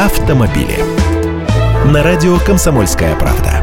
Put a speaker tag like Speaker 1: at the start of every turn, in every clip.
Speaker 1: автомобили. На радио «Комсомольская правда».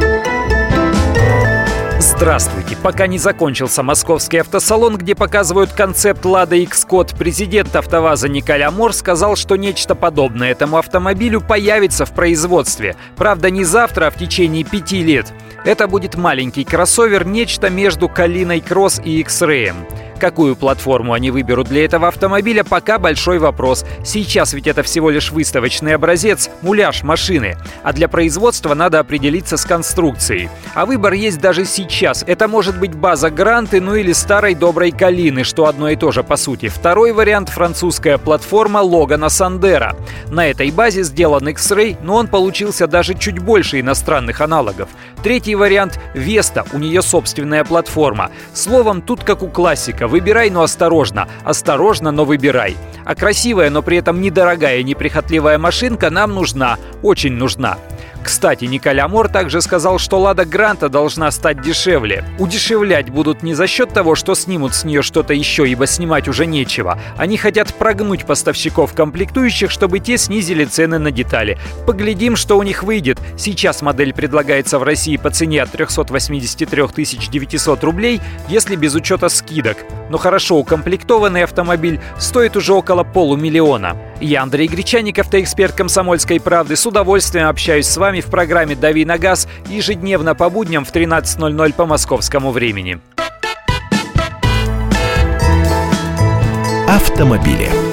Speaker 2: Здравствуйте! Пока не закончился московский автосалон, где показывают концепт Lada X-Code, президент АвтоВАЗа Николь Амор сказал, что нечто подобное этому автомобилю появится в производстве. Правда, не завтра, а в течение 5 лет. Это будет маленький кроссовер, нечто между Калиной Кросс и X-Ray. Какую платформу они выберут для этого автомобиля, пока большой вопрос. Сейчас ведь это всего лишь выставочный образец, муляж машины. А для производства надо определиться с конструкцией. А выбор есть даже сейчас. Это может быть база Гранты, ну или старой доброй Калины, что одно и то же по сути. Второй вариант — французская платформа Логана Сандера. На этой базе сделан X-Ray, но он получился даже чуть больше иностранных аналогов. Третий вариант — Веста, у нее собственная платформа. Словом, тут как у классика. Выбирай, но осторожно. Осторожно, но выбирай. А красивая, но при этом недорогая и неприхотливая машинка нам нужна. Очень нужна. Кстати, Николь Амор также сказал, что Лада Гранта должна стать дешевле. Удешевлять будут не за счет того, что снимут с нее что-то еще, ибо снимать уже нечего. Они хотят прогнуть поставщиков комплектующих, чтобы те снизили цены на детали. Поглядим, что у них выйдет. Сейчас модель предлагается в России по цене от 383 900 рублей, если без учета скидок. Но хорошо укомплектованный автомобиль стоит уже около 500 000. Я, Андрей Гречаник, автоэксперт «Комсомольской правды». С удовольствием общаюсь с вами в программе «Дави на газ» ежедневно по будням в 13:00 по московскому времени.
Speaker 1: Автомобили.